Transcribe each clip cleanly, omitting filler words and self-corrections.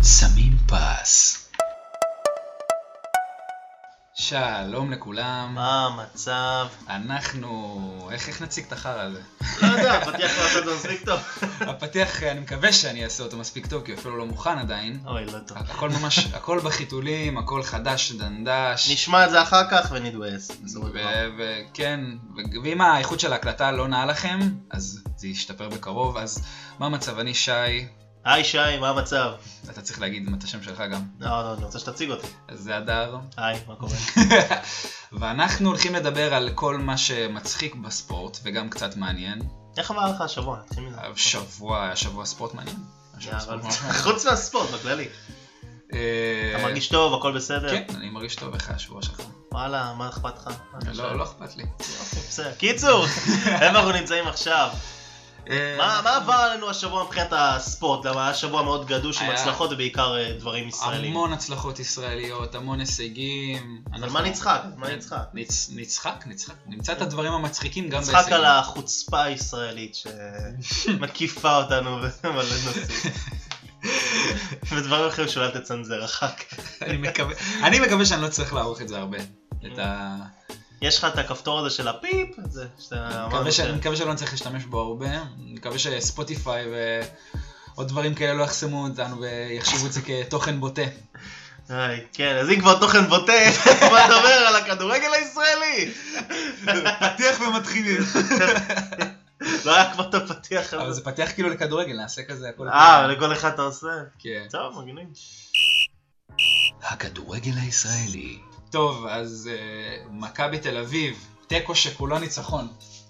שמים פס. שלום לכולם. מה המצב? אנחנו... איך נציג את החרא הזה? לא יודע, הפתיח לא עושה את זה מספיק טוב. הפתיח, אני מקווה שאני אעשה אותו מספיק טוב, כי אפילו לא מוכן עדיין. אוי, לא טוב. הכל ממש, הכל בחיתולים, הכל חדש, דנדש. נשמע את זה אחר כך ונתבאס. וכן, ואם האיכות של ההקלטה לא נעה לכם, אז זה ישתפר בקרוב. אז מה המצב? אני שי. היי שי, מה המצב? אתה צריך להגיד את השם שלך גם. לא, אני רוצה שתציג אותי. אז זה הדר. היי, מה קורה? ואנחנו הולכים לדבר על כל מה שמצחיק בספורט, וגם קצת מעניין. איך עבר לך השבוע? שבוע ספורט מעניין. חוץ מהספורט, בכללי. אתה מרגיש טוב, הכל בסדר? כן, אני מרגיש טוב איך השבוע שלך. וואלה, מה אכפת לך? לא אכפת לי. בסדר. קיצור, איפה אנחנו נמצאים עכשיו? מה עבר עלינו השבוע מבחינת הספורט? למה היה שבוע מאוד גדוש עם הצלחות ובעיקר דברים ישראלים. המון הצלחות ישראליות, המון הישגים. אבל מה נצחק? נצחק. נמצא את הדברים המצחיקים גם בהישגים. נצחק על החוצפה הישראלית שמקיפה אותנו ומלא נושאים. ודברים אחרים שאולי תצנזר אחר כך. אני מקווה שאני לא צריך לערוך את זה הרבה. יש לך את הכפתור הזה של הפיפ? אני מקווה שלא נצטרך להשתמש בו הרבה. אני מקווה שספוטיפיי ועוד דברים כאלה לא יחסמו אותנו ויחשבו את זה כתוכן בוטה. כן, אז אם כבר תוכן בוטה, בוא נדבר על הכדורגל הישראלי. פתיח ומתחילים. לא היה כבר את הפתיח הזה. אבל זה פתיח כאילו לכדורגל, נעשה כזה הכל. לכל אחד אתה עושה? כן. טוב, מגניב. הכדורגל הישראלי. טוב, אז מכבי תל אביב, תיקו שכולו ניצחון.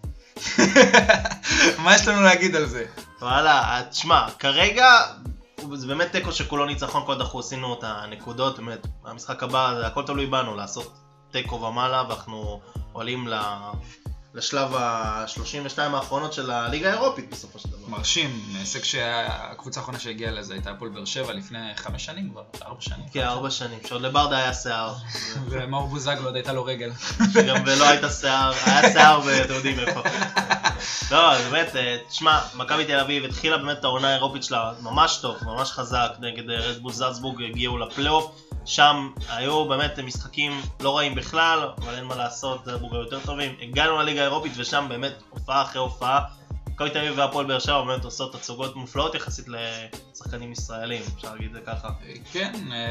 מה יש לנו להגיד על זה? וואלה, תשמע, כרגע זה באמת תיקו שכולו ניצחון, כל אנחנו עשינו את הנקודות, באמת, המשחק הבא, זה הכל תלוי בנו, לעשות תיקו ומעלה, ואנחנו עולים לשלב ה-32 האחרונות של הליגה האירופית בסופו של דבר. מרשים, הישג שהקבוצה האחרונה שהגיעה לזה הייתה הפועל באר שבע לפני 5 שנים כבר, 4 שנים. כן, 4 שנים, שעוד לברדה היה שיער. ומאור בוזגלו עוד הייתה לו רגל. שגם ולא הייתה שיער, היה שיער ואתם יודעים איפה. לא, באמת, תשמע, מכבי תל אביב התחילה באמת את העונה האירופית שלה ממש טוב, ממש חזק, נגד רד בול זלצבורג הגיעו לפלייאוף. שם היו באמת משחקים לא רעים בכלל, אבל אין מה לעשות, זלצבורג היו יותר טובים. הגענו לליגה האירופית ושם באמת הופעה אחרי הופעה. מכבי תל אביב והפועל באר שבע באמת עושות הצגות מופלאות יחסית לשחקנים ישראלים, אפשר להגיד זה ככה. כן,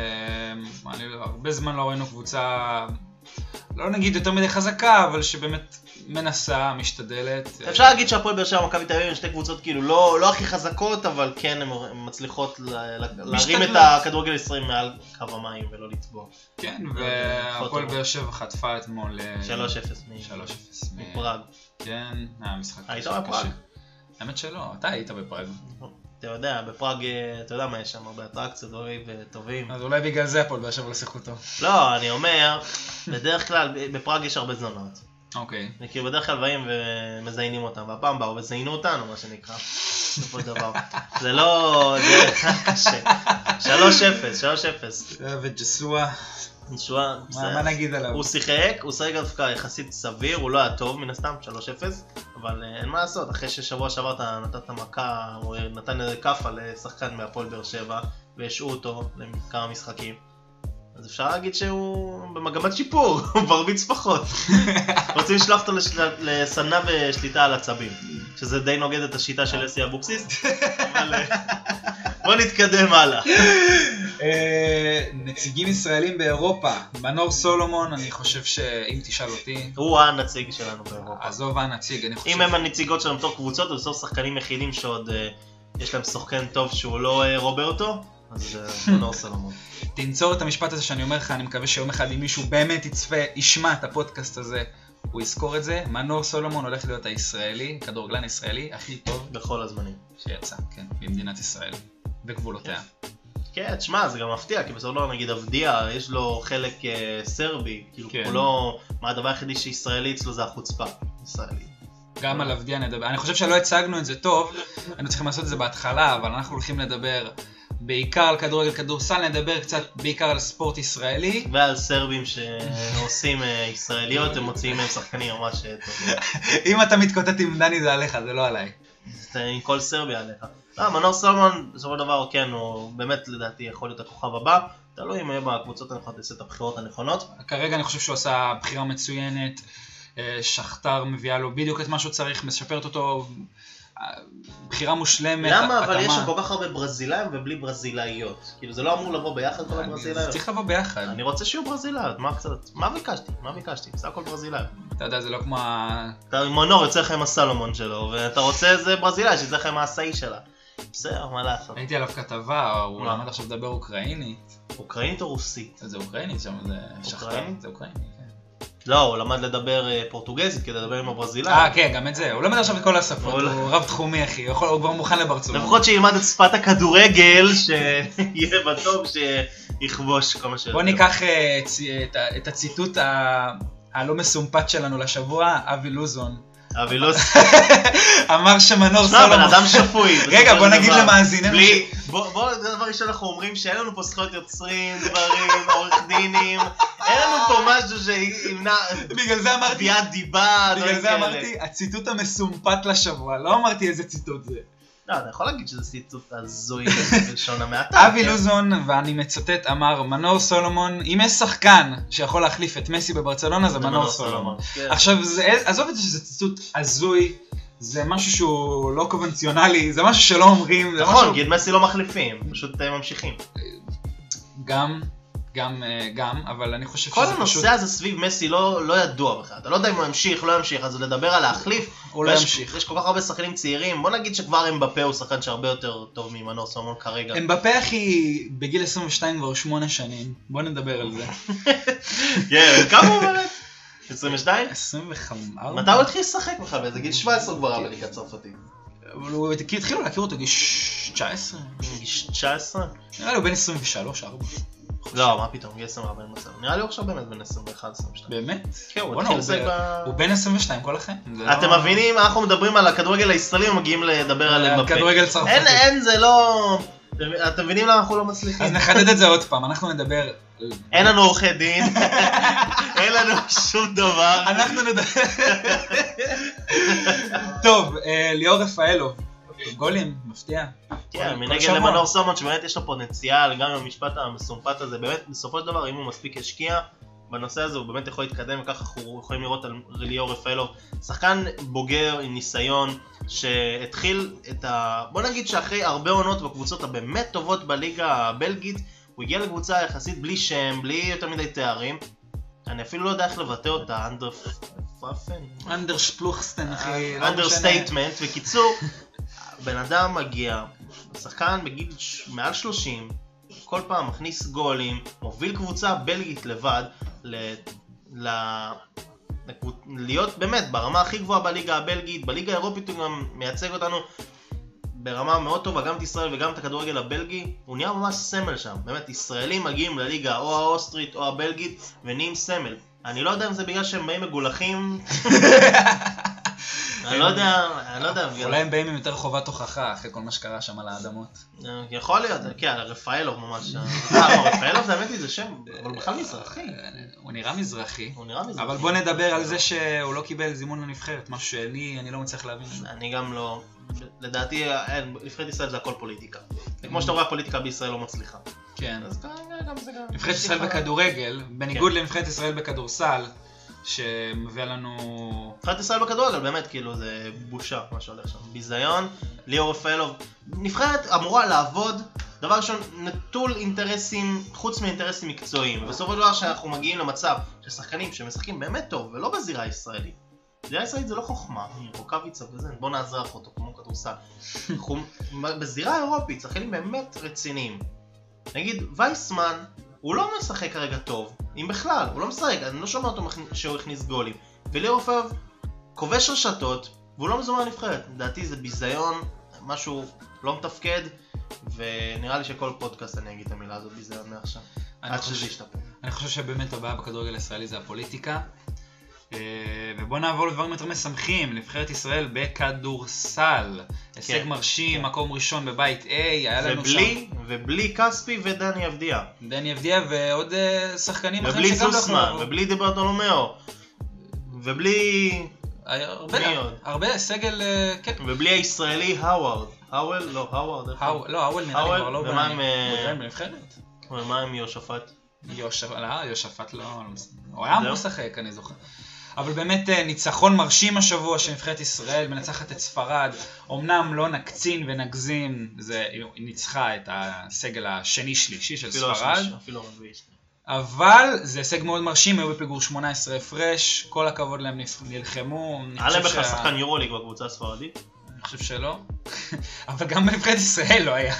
הרבה זמן לא ראינו קבוצה, לא נגיד יותר מדי חזקה, אבל שבאמת מנסה, משתדלת. אפשר להגיד שהפועל באר שבע ומכבי תל אביב הן שתי קבוצות כאילו לא הכי חזקות, אבל כן הן מצליחות להרים את הכדורגל הישראלי מעל קו המים ולא לטבוע. כן, והפועל באר שבע חטפה אתמול 3-0 מפראג. כן, המשחק היית בפראג? האמת שלא, אתה היית בפראג. אתה יודע, בפראג, אתה יודע מה יש שם, הרבה אטרקציות טובים. אז אולי בגלל זה הפועל באר שבע לא שיחקו טוב. לא, אני אומר, בדרך כלל בפראג יש הרבה זונות. אוקיי. וכאילו בדרך כלל באים ומזיינים אותם, והפעם באו וזיינו אותנו, מה שנקרא. בסופו של דבר. זה לא... זה קשה. 3-0. וג'סואה. מה נגיד עליו? הוא שיחק דווקא יחסית סביר, הוא לא היה טוב מן הסתם, 3-0, אבל אין מה לעשות, אחרי ששבוע שעבר אתה נתת מכה, הוא נתן איזה כפה לשחקן מהפועל באר שבע, והשעו אותו לכמה משחקים. אז אפשר להגיד שהוא במגמת שיפור, הוא מרביץ פחות. רוצים לשלוח אותו לסדנה ושליטה על עצבים, שזה די נוגד את השיטה של אסי אבוקסיס, אבל בוא נתקדם הלאה. נציגים ישראלים באירופה, מנור סולומון, אני חושב שאם תשאל אותי... הוא הנציג שלנו באירופה. עזוב הנציג, אני חושב... אם הם הנציגות שלנו בתור קבוצות, אז בסוף שחקנים יחידים שעוד יש להם שחקן טוב שהוא לא רוברטו, אז מנור סולומון. תנצור את המשפט הזה שאני אומר לך, אני מקווה שיום אחד אם מישהו באמת ישמע את הפודקאסט הזה, הוא יזכור את זה. מנור סולומון הולך להיות הישראלי, כדורגלן הישראלי, הכי טוב בכל הזמנים שיצא, כן, במדינת ישראל, בגבולותיה. כן, תשמע, זה גם מפתיע, כי בסופו לא נגיד אבדיה, יש לו חלק סרבי, כאילו הוא לא, מה הדבר היחידי שישראלי אצלו זה החוצפה, ישראלי. גם על אבדיה נדבר, אני חושב שלא הצגנו את זה טוב, היינו צריכים לעשות את זה בהתחלה, אבל אנחנו הולכים לדבר בעיקר על כדורגל כדורסל, נדבר קצת בעיקר על ספורט ישראלי. ועל סרבים שעושים ישראליות, הם מוציאים מהם שחקנים ממש טובים. אם אתה מתקוטט עם דני זה עליך, זה לא עליי. עם כל סרבי עליך. מנור סולומון, בסופו של דבר, כן, הוא באמת לדעתי יכול להיות הכוכב הבא, תלוי אם יהיה בקבוצות הנכונות, יעשה את הבחירות הנכונות. כרגע אני חושב שהוא עושה בחירה מצוינת, שכתר מביאה לו בדיוק את מה שהוא צריך, משפרת אותו, בחירה מושלמת. למה? אבל יש שם כל כך הרבה ברזילאים ובלי ברזילאיות. כאילו זה לא אמור לבוא ביחד כל הברזילאיות. זה צריך לבוא ביחד. אני רוצה שיהיו ברזילאיות, מה ביקשתי? בסך הכל ברזילאיות. אתה יודע, זה לא כמו מנור יוצא לך עם הסלומון שלו, ואתה רוצה איזה ברזילאי שיצא לך עם העשאי שלה. בסדר, מה לעשות? הייתי עליו כתבה, הוא למד עכשיו לדבר אוקראינית. אוקראינית או רוסית? זה אוקראינית שם, זה שכתר, זה אוקראינית. לא, הוא למד לדבר פורטוגזית כדי לדבר עם הברזילאי. כן, גם את זה. הוא למד עכשיו את כל השפות, הוא רב תחומי אחי, הוא כבר מוכן לברצלונה. לפחות שילמד את שפת הכדורגל, שיהיה בטוב שיכבוש כל מה שיותר. בוא ניקח את הציטוט הלא מסומפת שלנו לשבוע, אבי לוזון. אמר שמנור סולומון... בן אדם שפוי. רגע, בוא נגיד למאזיננו... בוא, דבר ראשון אנחנו אומרים שאין לנו פה זכויות יוצרים, דברים, עורך דינים, אין לנו פה משהו שימנע... בגלל זה אמרתי... ביד דיבה, בגלל זה אמרתי, הציטוט המסומפת לשבוע, לא אמרתי איזה ציטוט זה. לא, אתה יכול להגיד שזה ציטוט הזוי בלשון המעטה. אבי לוזון, ואני מצטט, אמר, מנור סולומון, אם יש שחקן שיכול להחליף את מסי בברצלונה, זה מנור סולומון. עכשיו, עזוב את זה שזה ציטוט הזוי, זה משהו שהוא לא קונבנציונלי, זה משהו שלא אומרים. נכון, כי את מסי לא מחליפים, פשוט ממשיכים. גם, אבל אני חושב שזה כל פשוט... הנושא הזה סביב מסי לא ידוע בכלל, אתה לא יודע אם הוא ימשיך, לא ימשיך, אז לדבר על להחליף, הוא לא ימשיך. יש כל כך הרבה שחקנים צעירים, בוא נגיד שכבר אמבפה הוא שחקן שהרבה יותר טוב ממנור סולומון כרגע. אמבפה אחי בגיל 22 כבר 8 שנים, בוא נדבר על זה. כן, כמה הוא באמת? 22? 25. מתי הוא התחיל לשחק בכלל? באיזה גיל 17 כבר היה בליגה הצרפתית. אבל התחילו להכיר אותו גיל 19. גיל 19? נראה לי הוא בן 23, 4. לא, מה פתאום, גיל 24 אין מצב. נראה לי הוא עכשיו באמת בן 21, 22. באמת? כן, הוא התחיל לשחק הוא בן 22 כל החיים. אתם מבינים, אנחנו מדברים על הכדורגל הישראלי ומגיעים לדבר על אמבפה. כדורגל צרפתי. אין, זה לא... אתם מבינים למה אנחנו לא מצליחים? אז נחדד את זה עוד פעם, אנחנו נדבר... אין לנו עורכי דין, אין לנו שום דבר. אנחנו נדבר... טוב, ליאור רפאלוב, גולים, מפתיע. כן, מנגד למנור סולומון שבאמת יש לו פוטנציאל, גם עם המשפט המסומפת הזה, באמת בסופו של דבר אם הוא מספיק השקיע בנושא הזה הוא באמת יכול להתקדם, וככה אנחנו יכולים לראות על ליאור רפאלוב, שחקן בוגר עם ניסיון שהתחיל את בוא נגיד שאחרי הרבה עונות בקבוצות הבאמת טובות בליגה הבלגית, הוא הגיע לקבוצה יחסית בלי שם, בלי יותר מדי תארים, אני אפילו לא יודע איך לבטא אותה, אנדרשפלוכסטן, אחי. אנדרסטייטמנט, בקיצור, בן אדם מגיע, שחקן בגיל מעל 30, כל פעם מכניס גולים, מוביל קבוצה בלגית לבד, להיות באמת ברמה הכי גבוהה בליגה הבלגית, בליגה האירופית הוא גם מייצג אותנו ברמה מאוד טובה, גם את ישראל וגם את הכדורגל הבלגי, הוא נהיה ממש סמל שם, באמת ישראלים מגיעים לליגה או האוסטרית או הבלגית ונהיים סמל. אני לא יודע אם זה בגלל שהם באים מגולחים, אני לא יודע. אולי הם באים עם יותר חובת הוכחה אחרי כל מה שקרה שם על האדמות. יכול להיות, כן, רפאלוב ממש. רפאלוב זה האמת לי זה שם, אבל בכלל מזרחי. הוא נראה מזרחי. אבל בוא נדבר על זה שהוא לא קיבל זימון לנבחרת, משהו שלי, אני לא מצליח להבין. אני גם לא, לדעתי, נבחרת ישראל זה הכל פוליטיקה. כמו שאתה רואה, הפוליטיקה בישראל לא מצליחה. כן. נבחרת ישראל בכדורגל, בניגוד לנבחרת ישראל בכדורסל, שמביא לנו... נבחרת ישראל בכדורגל, באמת, כאילו, זה בושה מה שהולך שם. ביזיון, ליאור רפאלוב. נבחרת אמורה לעבוד, דבר ראשון, נטול אינטרסים, חוץ מאינטרסים מקצועיים. ובסופו של דבר שאנחנו מגיעים למצב ששחקנים שמשחקים באמת טוב, ולא בזירה הישראלית. בזירה הישראלית זה לא חוכמה, רוקאביצה וזה, בוא נעזרח אותו, כמו כדורסל. בזירה האירופית, שחקנים באמת רציניים. נגיד, וייסמן, הוא לא משחק כרגע טוב, אם בכלל, הוא לא משחק, אני לא שומע אותו שהוא הכניס גולים. וליאור רפאלוב כובש רשתות, והוא לא מזומן לנבחרת. לדעתי זה ביזיון, משהו לא מתפקד, ונראה לי שכל פודקאסט אני אגיד את המילה הזאת ביזיון מעכשיו. עד שזה ישתפר. אני חושב שבאמת הבעיה בכדורגל הישראלי זה הפוליטיקה. ובוא נעבור לדברים יותר משמחים, נבחרת ישראל בכדורסל, הישג מרשים, מקום ראשון בבית A, היה לנו שם. ובלי כספי ודני אבדיה. דני אבדיה ועוד שחקנים אחרים שגם ובלי זוסמן, ובלי דיברטולומיאו, ובלי... הרבה סגל, כן. ובלי הישראלי האווארד. האוול? לא, האווארד. לא, האוול נראה לי כבר לא בנבחרת. ומה עם יושפט? יושפט לא, הוא היה אמור לשחק, אני זוכר. אבל באמת ניצחון מרשים השבוע של נבחרת ישראל, מנצחת את ספרד, אמנם לא נקצין ונגזים, היא ניצחה את הסגל השני-שלישי של ספרד, אבל זה הישג מאוד מרשים, היו בפיגור 18 הפרש, כל הכבוד להם נלחמו. היה להם בכלל שחקן יורוליג בקבוצה הספרדית? אני חושב שלא, אבל גם בנבחרת ישראל לא היה.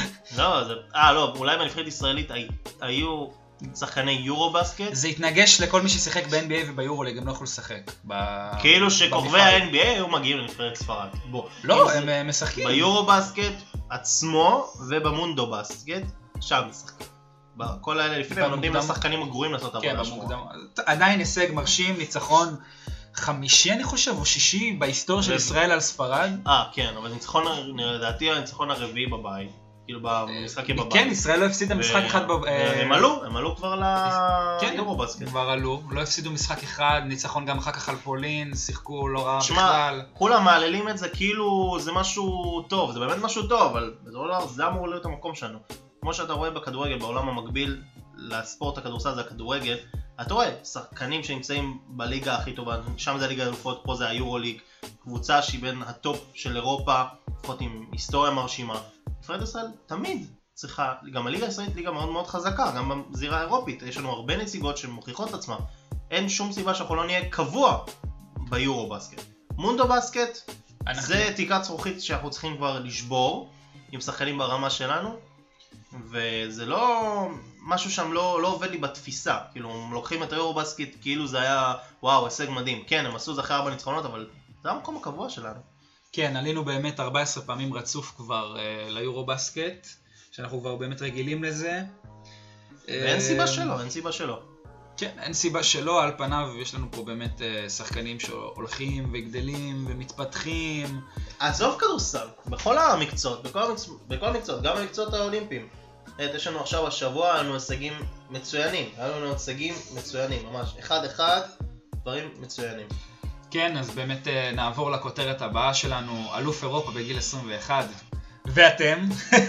לא, אולי בנבחרת ישראלית היו שחקני יורו-בסקט. זה התנגש לכל מי ששיחק ב-NBA וביורוליג, הם לא יכולו לשחק. כאילו שכוכבי ה-NBA היו מגיעים לנבחרת ספרד. לא, הם משחקים. ביורו-בסקט עצמו ובמונדו-בסקט, שם משחקים. כל האלה לפני, הם נותנים לשחקנים הגרועים לעשות עבודה שחורה. עדיין הישג מרשים, ניצחון חמישי אני חושב, או שישי בהיסטוריה של ישראל על ספרד. כן, אבל לדעתי הניצחון הרביעי בבית. כאילו במשחקים בבית. כן, ישראל לא הפסידה משחק אחד הם עלו כבר ליורו-בסקט. כבר עלו, לא הפסידו משחק אחד, ניצחון גם אחר כך על פולין, שיחקו לא רע בכלל. כולם מעללים את זה כאילו זה משהו טוב, זה באמת משהו טוב, אבל זה אמור להיות המקום שלנו. כמו שאתה רואה בכדורגל, בעולם המקביל לספורט הכדורסל זה הכדורגל, אתה רואה שחקנים שנמצאים בליגה הכי טובה, שם זה הליגה האלופות, פה זה היורוליג, קבוצה שהיא בין הטופ של אירופה, לפחות עם היסטוריה מרשימה. נבחרת ישראל תמיד צריכה, גם הליגה הישראלית ליגה מאוד מאוד חזקה, גם בזירה האירופית, יש לנו הרבה נציגות שמוכיחות את עצמם, אין שום סיבה שאנחנו לא נהיה קבוע ביורו בסקט. מונדו בסקט זה תקרת זכוכית שאנחנו צריכים כבר לשבור עם שחקנים ברמה שלנו, וזה לא משהו שם לא עובד לי בתפיסה, כאילו הם לוקחים את היורו בסקט כאילו זה היה וואו הישג מדהים, כן הם עשו זה אחרי 4 ניצחונות אבל זה המקום הקבוע שלנו. כן, עלינו באמת 14 פעמים רצוף כבר ליורו בסקט, שאנחנו כבר באמת רגילים לזה. ואין סיבה שלא, אין סיבה שלא. כן, אין סיבה שלא, על פניו יש לנו פה באמת שחקנים שהולכים וגדלים ומתפתחים. עזוב כדורסל, בכל המקצועות, בכל המקצועות, גם המקצועות האולימפיים. יש לנו עכשיו השבוע, לנו הישגים מצוינים, היה לנו הישגים מצוינים, ממש, אחד, דברים מצוינים. כן, אז באמת נעבור לכותרת הבאה שלנו, אלוף אירופה בגיל 21. ואתם?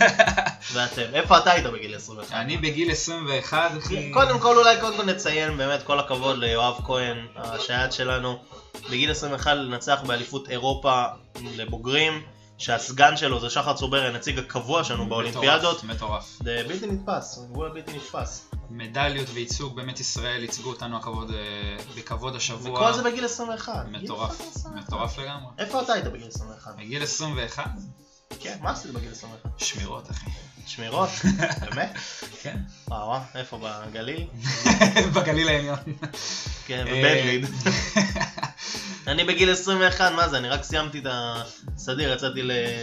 איפה אתה היית בגיל 21? אני בגיל 21. קודם כל נציין באמת כל הכבוד ליואב כהן, השייט שלנו. בגיל 21 לנצח באליפות אירופה לבוגרים, שהסגן שלו זה שחר צובר, הנציג הקבוע שלנו באולימפיאדות. מטורף. זה בלתי נתפס, זה גבול בלתי נתפס. מדליות וייצוג, באמת ישראל ייצגו אותנו בכבוד השבוע. וכל זה בגיל 21. מטורף לגמרי. איפה אתה היית בגיל 21? בגיל 21? כן, מה עשית בגיל 21? שמירות, אחי. שמירות? באמת? כן. וואו, איפה? בגליל? בגליל העליון. כן, בבדליד. אני בגיל 21, מה זה? אני רק סיימתי את הסדיר, יצאתי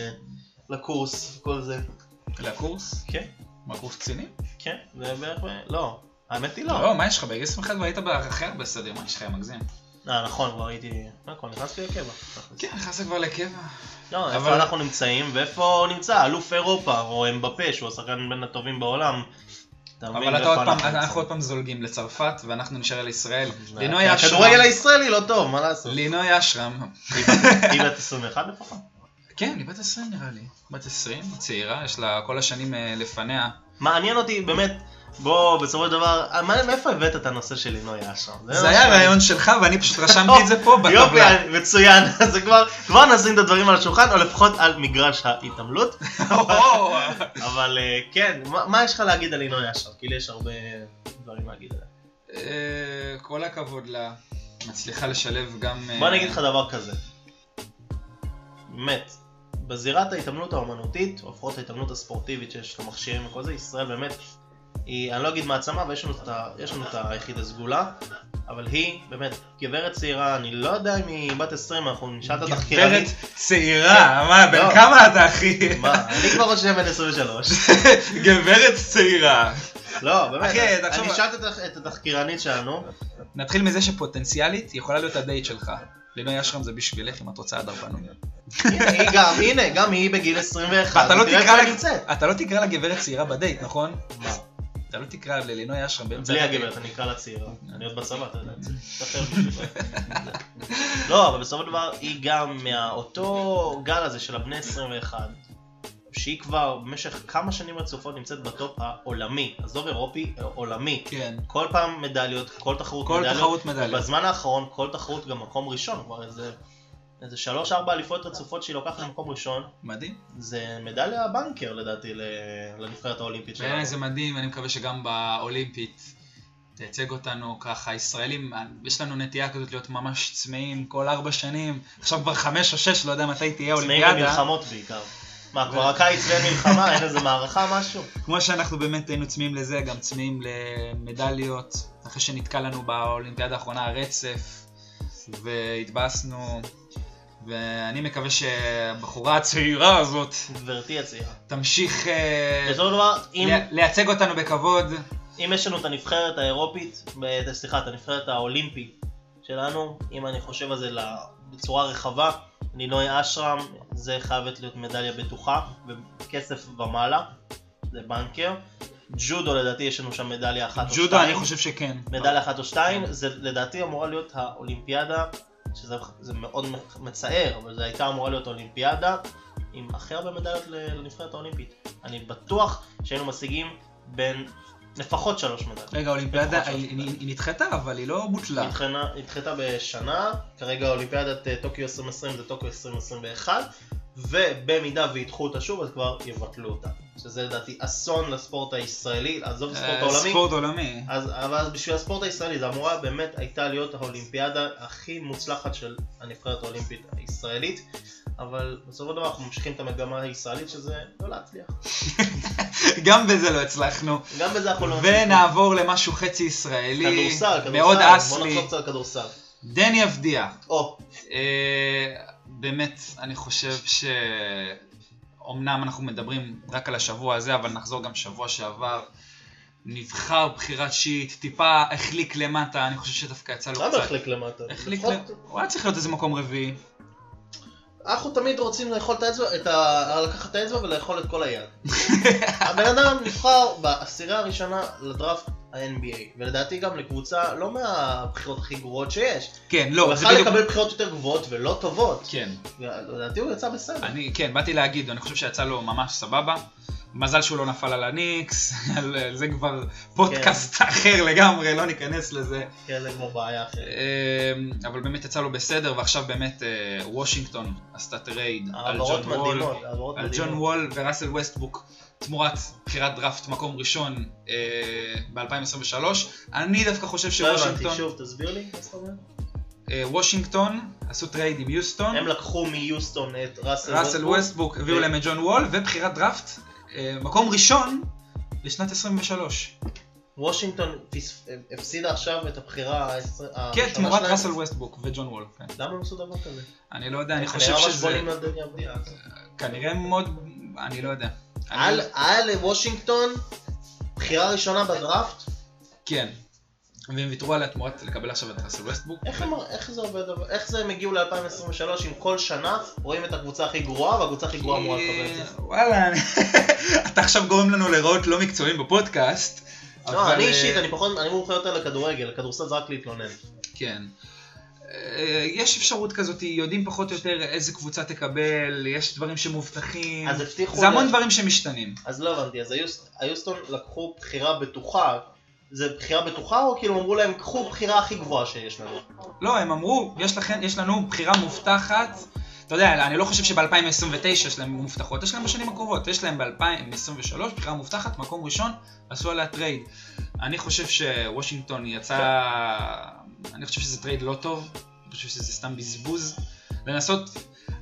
לקורס, כל זה. לקורס? כן. מה, קורס קצינים? כן, זה בערך... לא, האמת היא לא. לא, מה יש לך? בגיל 21 והיית אחר בסדיר, מה יש לך, מגזים? נכון, כבר הייתי... כבר נכנסתי לקבע. כן, נכנסת כבר לקבע. לא, איפה אנחנו נמצאים, ואיפה נמצא? אלוף אירופה, או אמבפה, שהוא השחקן בין הטובים בעולם. אבל אנחנו עוד פעם זולגים לצרפת, ואנחנו נשאר לישראל. הכדורגל הישראלי לא טוב, מה לעשות? לינוי אשרם. היא בת 21 לפחות? כן, היא בת 20 נראה לי. בת 20, צעירה, יש לה כל השנים לפניה. מעניין אותי, באמת, בוא, בסופו של דבר, מאיפה הבאת את הנושא של לינוי אשרם? זה היה רעיון שלך, ואני פשוט רשמתי את זה פה בטבלה. יופי, מצוין. אז כבר נשים את הדברים על השולחן, או לפחות על מגרש ההתעמלות. אבל כן, מה יש לך להגיד על לינוי אשרם? כי יש הרבה דברים להגיד עליה. כל הכבוד לה, מצליחה לשלב גם... בוא נגיד לך דבר כזה. באמת, בזירת ההתעמלות האומנותית, או לפחות ההתעמלות הספורטיבית שיש למכשירים וכל זה, ישראל באמת, אני לא אגיד מעצמה, ויש לנו את היחיד הסגולה, אבל היא באמת גברת צעירה, אני לא יודע אם היא בת 20, אנחנו נשאל את התחקירנית. גברת צעירה? מה, בן כמה אתה אחי? מה, אני כבר חושב בן 23. גברת צעירה. לא, באמת, אני נשאלת את התחקירנית שלנו. נתחיל מזה שפוטנציאלית יכולה להיות הדייט שלך. לינוי אשרם זה בשבילך אם את רוצה עד 4 נויה. הנה, גם היא בגיל 21. אתה לא תקרא לה גברת צעירה בדייט, נכון? מה? אתה לא תקרא ללינוי אשרם באמצע... בלי הגברת, אני אקרא לה צעירה. אני עוד בצבא, אתה יודע. לא, אבל בסופו של דבר היא גם מאותו גל הזה של הבני 21. שהיא כבר במשך כמה שנים רצופות נמצאת בטופ העולמי, עזוב אירופי, עולמי. כן. כל פעם מדליות, כל תחרות מדליות. בזמן האחרון כל תחרות גם מקום ראשון, כבר איזה 3-4 אליפויות רצופות שהיא לוקחת למקום ראשון. מדהים. זה מדליה בנקר לדעתי לנבחרת האולימפית שלנו. זה מדהים, אני מקווה שגם באולימפית תייצג אותנו ככה. ישראלים, יש לנו נטייה כזאת להיות ממש צמאים כל 4 שנים, עכשיו כבר 5 או 6, לא יודע מתי תהיה אולימפיאדה. צמאים למלחמות בעיקר. מה, כבר הקיץ ואין מלחמה, אין איזה מערכה, משהו? כמו שאנחנו באמת היינו צמאים לזה, גם צמאים למדליות, אחרי שנתקע לנו באולימפיאדה האחרונה הרצף, והתבאסנו, ואני מקווה שהבחורה הצעירה הזאת, גברתי הצעירה, תמשיך דבר, לייצג אותנו בכבוד. אם יש לנו את הנבחרת האירופית, סליחה, את הנבחרת האולימפית שלנו, אם אני חושב על זה בצורה רחבה, נינוי אשרם, זה חייבת להיות מדליה בטוחה, וכסף ומעלה, זה בנקר. ג'ודו לדעתי יש לנו שם מדליה 1 או 2. ג'ודו אני חושב שכן. מדליה 1 או 2, זה לדעתי אמורה להיות האולימפיאדה, שזה מאוד מצער, אבל זה הייתה אמורה להיות האולימפיאדה, עם הכי הרבה מדליות לנבחרת האולימפית. אני בטוח שהיינו משיגים בין לפחות 3 מדליות. רגע, האולימפיאדה היא נדחתה, אבל היא לא בוטלה. נדחתה בשנה, כרגע האולימפיאדת טוקיו 2020 זה טוקיו 2021, ובמידה וידחו אותה שוב, אז כבר יבטלו אותה. שזה לדעתי אסון לספורט הישראלי, עזוב ספורט העולמי. ספורט עולמי. אבל בשביל הספורט הישראלי, זה אמורה באמת הייתה להיות האולימפיאדה הכי מוצלחת של הנבחרת האולימפית הישראלית, אבל בסופו של דבר אנחנו ממשיכים את המגמה הישראלית שזה לא להצליח. גם בזה לא הצלחנו. גם בזה אנחנו לא מצליחים. ונעבור למשהו חצי ישראלי. כדורסל. מאוד אסלי. בוא נחזור קצת כדורסל. דני אבדיה. או. באמת, אני חושב שאומנם אנחנו מדברים רק על השבוע הזה, אבל נחזור גם שבוע שעבר. נבחר בחירת שיט, טיפה החליק למטה, אני חושב שדווקא יצא לו קצת. למה החליק למטה? הוא היה צריך להיות איזה מקום רביעי. אנחנו תמיד רוצים לאכול את האצבע, לקחת את האצבע ולאכול את כל היד. הבן אדם נבחר בעשירייה הראשונה לדראפט ה-NBA, ולדעתי גם לקבוצה לא מהבחירות הכי גרועות שיש. כן, לא. הוא יכול לקבל בחירות יותר גבוהות ולא טובות. כן. לדעתי הוא יצא בסדר. כן, באתי להגיד, אני חושב שיצא לו ממש סבבה. מזל שהוא לא נפל על הניקס, זה כבר פודקאסט אחר לגמרי, לא ניכנס לזה. כן, זה כמו בעיה אחרת. אבל באמת יצא לו בסדר, ועכשיו באמת וושינגטון עשתה טרייד על ג'ון וול וראסל ווסטבוק, תמורת בחירת דראפט מקום ראשון ב-2023. אני דווקא חושב שוושינגטון... שוב, תסביר לי, מה זאת אומרת? וושינגטון עשו טרייד עם יוסטון. הם לקחו מיוסטון את ראסל ווסטבוק, הביאו להם את ג'ון וול, ובחירת דראפט מקום ראשון לשנת 23. וושינגטון הפסידה עכשיו את הבחירה כן, תמורת ראסל ווסטבוק וג'ון וול. למה הם עשו דבר כזה? אני לא יודע, אני חושב שזה... כנראה מאוד... אני לא יודע. היה לוושינגטון בחירה ראשונה בדראפט? כן. והם ויתרו עליה תמורת לקבל עכשיו את ראסל ווסטבוק. איך זה עובד? איך זה הם הגיעו ל-2023 אם כל שנה רואים את הקבוצה הכי גרועה והקבוצה הכי גרועה אמורה לקבל את זה? וואלה, אתה עכשיו גורם לנו לראות לא מקצועיים בפודקאסט. לא, אני אישית, אני מומחה יותר לכדורגל, לכדורסל זה רק להתלונן. כן. יש אפשרות כזאת, יודעים פחות או יותר איזה קבוצה תקבל, יש דברים שמובטחים, זה המון דברים שמשתנים. אז לא הבנתי, אז היוסטון לקחו בחירה בטוחה, זה בחירה בטוחה או כאילו אמרו להם קחו בחירה הכי גבוהה שיש לנו? לא, הם אמרו, יש לנו בחירה מובטחת, אתה יודע, אני לא חושב שב-2029 יש להם מובטחות, יש להם בשנים הקרובות, יש להם ב-2023 בחירה מובטחת, מקום ראשון, עשו עליה טרייד. אני חושב שוושינגטון יצא, אני חושב שזה טרייד לא טוב, אני חושב שזה סתם בזבוז, לנסות...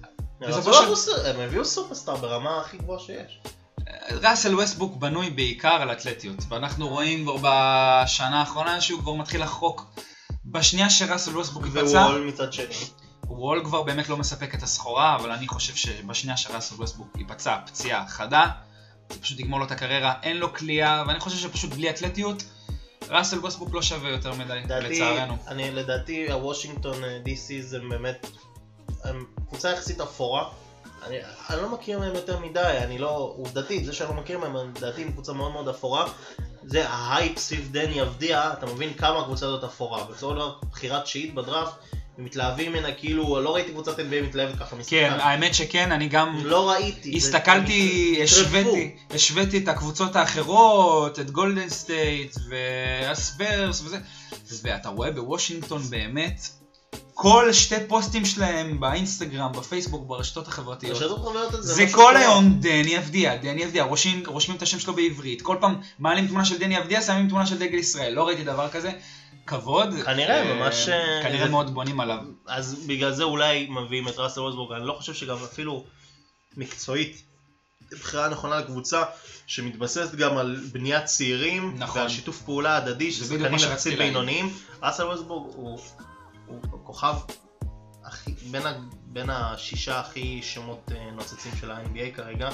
הם הביאו סופרסטאר ברמה הכי גבוהה שיש. ראסל ווסטבוק בנוי בעיקר על אתלטיות, ואנחנו רואים כבר בשנה האחרונה שהוא כבר מתחיל לחרוק. בשנייה שראסל ווסטבוק יפצע... ווול מצד שני. וול כבר באמת לא מספק את הסחורה, אבל אני חושב שבשנייה שראסל ווסטבוק ייפצע פציעה חדה, זה פשוט יגמור לו את הקריירה, אין לו קליעה, ואני חושב שפשוט בלי אתלטיות, ראסל ווסטבוק לא שווה יותר מדי, לצערנו. לדעתי, הוושינגטון DC זה באמת קבוצה יחסית אפורה. אני לא מכיר מהם יותר מדי, עובדתית, זה שאני לא מכיר מהם, לדעתי עם קבוצה מאוד מאוד אפורה, זה ההייפ סביב דני אבדיה, אתה מבין כמה הקבוצה הזאת אפורה, בצורה בחירת שיעית בדראפט, מתלהבים ממנה, כאילו, לא ראיתי קבוצת NBA מתלהבת ככה משחקן. כן, האמת שכן, אני גם... לא ראיתי. הסתכלתי, השוויתי את הקבוצות האחרות, את גולדן סטייט והספרס וזה, ואתה רואה בוושינגטון באמת, כל שתי פוסטים שלהם באינסטגרם, בפייסבוק, ברשתות החברתיות, זה כל היום דני אבדיה, רושמים את השם שלו בעברית, כל פעם מעלים תמונה של דני אבדיה, שמים תמונה של דגל ישראל, לא ראיתי דבר כזה, כבוד. כנראה, ממש... כנראה מאוד בונים עליו. אז בגלל זה אולי מביאים את ראסל ווסטברוק, אני לא חושב שגם אפילו מקצועית, בחירה נכונה לקבוצה, שמתבססת גם על בניית צעירים, נכון. ועל שיתוף פעולה הדדי, ששחקנים יחסית בינוניים. ראסל ווסטברוק הוא כוכב בין השישה הכי שמות נוצצים של ה-NBA כרגע,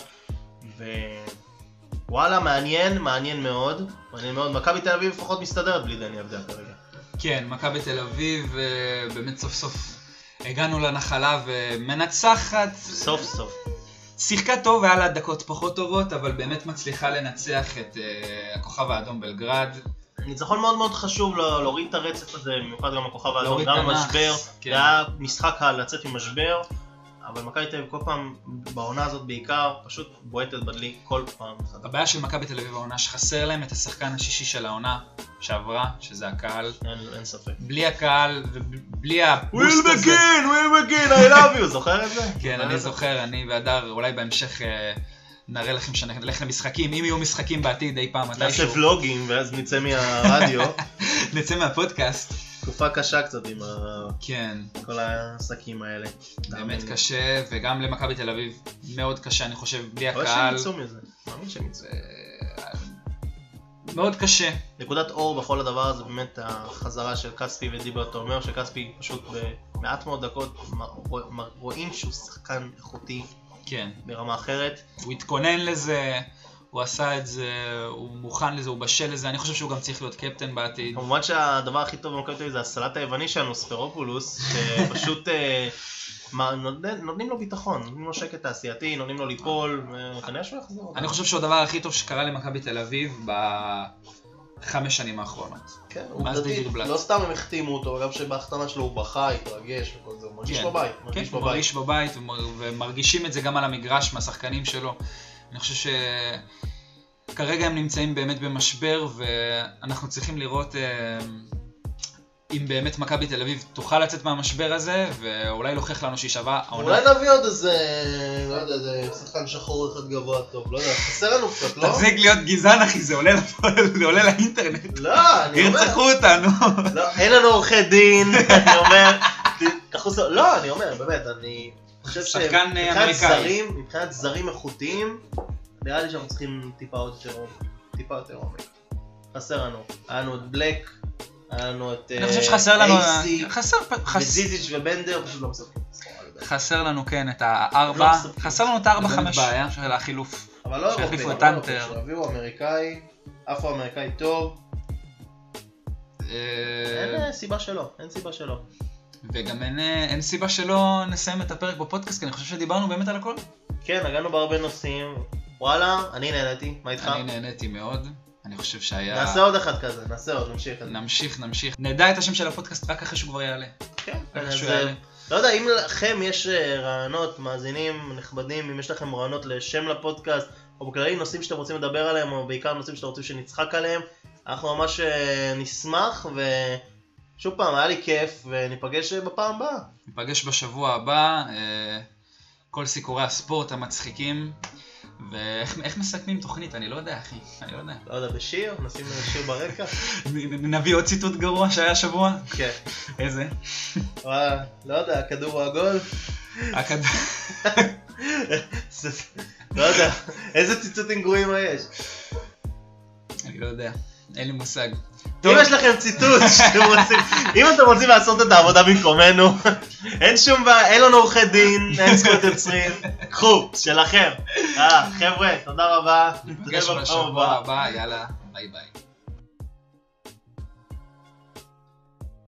ווואלה, מעניין מאוד. מכבי תל אביב לפחות מסתדרת בלי דני אבדיה כרגע. כן, מכבי תל אביב, באמת סוף סוף הגענו לנחלה ומנצחת. סוף. שיחקה טוב, היה לה דקות פחות טובות, אבל באמת מצליחה לנצח את הכוכב האדום בלגרד. ניצחון מאוד מאוד חשוב להוריד את הרצף הזה, במיוחד גם הכוכב האדום, גם במשבר. זה היה משחק לצאת ממשבר, אבל מכבי תל אביב כל פעם, בעונה הזאת בעיקר, פשוט בועטת בדלי כל פעם. הבעיה של מכבי תל אביב בעונה שחסר להם את השחקן השישי של העונה שעברה, שזה הקהל. אין ספק. בלי הקהל ובלי הבוסט הזה. וויל מגין, I love you, זוכר את זה? כן, אני זוכר, אני והדר, אולי בהמשך נראה לכם שנלך למשחקים, אם יהיו משחקים בעתיד אי פעם מתישהו. נעשה ולוגים ואז נצא מהרדיו. נצא מהפודקאסט. תקופה קשה קצת עם כן. כל העסקים האלה. באמת קשה, וגם למכבי תל אביב מאוד קשה, אני חושב, בלי הקהל. אבל שהם יצאו מזה, מאמין שהם יצאו. מאוד קשה. נקודת אור בכל הדבר הזה, באמת החזרה של קספי ודיבר, אתה אומר שקספי פשוט במעט מאוד דקות רואים שהוא שחקן איכותי. כן. ברמה אחרת. הוא התכונן לזה, הוא עשה את זה, הוא מוכן לזה, הוא בשל לזה, אני חושב שהוא גם צריך להיות קפטן בעתיד. כמובן שהדבר הכי טוב במכבי תל אביב זה הסלט היווני שלנו, ספרופולוס, שפשוט נותנים לו ביטחון, נותנים לו שקט תעשייתי, נותנים לו ליפול, וכנראה שהוא יחזור. אני חושב שהדבר הכי טוב שקרה למכבי תל אביב ב5 שנים האחרונות. כן, הוא לא סתם הם החתימו אותו, גם שבהחתמה שלו הוא בכה, התרגש וכל זה, הוא מרגיש בבית. כן, הוא מרגיש בבית, ומרגישים את זה גם על המגרש מהשחקנים שלו. אני חושב שכרגע הם נמצאים באמת במשבר, ואנחנו צריכים לראות אם באמת מכבי תל אביב תוכל לצאת מהמשבר הזה, ואולי להוכיח לנו שהיא שווה. אולי נביא עוד איזה, לא יודע, איזה שחקן שחור אחד גבוה טוב, לא יודע, חסר לנו קצת, לא? תפסיק להיות גזען אחי, זה עולה לאינטרנט. לא, אני אומר. ירצחו אותנו. לא, אין לנו עורכי דין, אני אומר, לא, אני אומר, באמת, אני חושב שמבחינת זרים איכותיים, נראה לי שאנחנו צריכים טיפה יותר עומק. חסר לנו. היה לנו את בלק, היה לנו את אני חושב שחסר לנו וזיזיץ' ובנדר, פשוט לא מספקים. חסר לנו כן את הארבע, חסר לנו את ה4-5 של החילוף. אבל לא שהחליפו את טנטר. שהביאו אמריקאי, אפרו-אמריקאי טוב. אין סיבה שלא. וגם אין סיבה שלא נסיים את הפרק בפודקאסט, כי אני חושב שדיברנו באמת על הכל. כן, הגענו בהרבה נושאים. וואלה, אני נהניתי, מה איתך? אני נהניתי מאוד. אני חושב שהיה... נעשה עוד אחד כזה, נמשיך. נדע את השם של הפודקאסט רק אחרי שהוא כבר יעלה. כן, לא יודע, אם לכם יש רעיונות, מאזינים נכבדים, אם יש לכם רעיונות לשם לפודקאסט, או בכללי נושאים שאתם רוצים לדבר עליהם, או בעיקר נושאים שאתם רוצים שנצחק עליהם, אנחנו ממש נשמח, ושוב פעם, היה לי כיף, וניפגש בפעם הבאה. ניפגש בשבוע הבא, כל סיכורי הספורט המצחיקים, ואיך מסכמים תוכנית? אני לא יודע, אחי, לא יודע, בשיר? נשים שיר ברקע? נביא עוד ציטוט גרוע שהיה שבוע? כן. איזה? לא יודע, הכדור העגול? הכדור... לא יודע, איזה ציטוטים גרועים יש? אני לא יודע, אין לי מושג. אם יש לכם ציטוט שאתם רוצים, אם אתם רוצים לעשות את העבודה במקומנו, אין שום בעיה, אין לנו עורכי דין, אין זכויות יוצרים, קחו, שלכם. חבר'ה, תודה רבה. נפגש בשבוע הבא, יאללה, ביי ביי.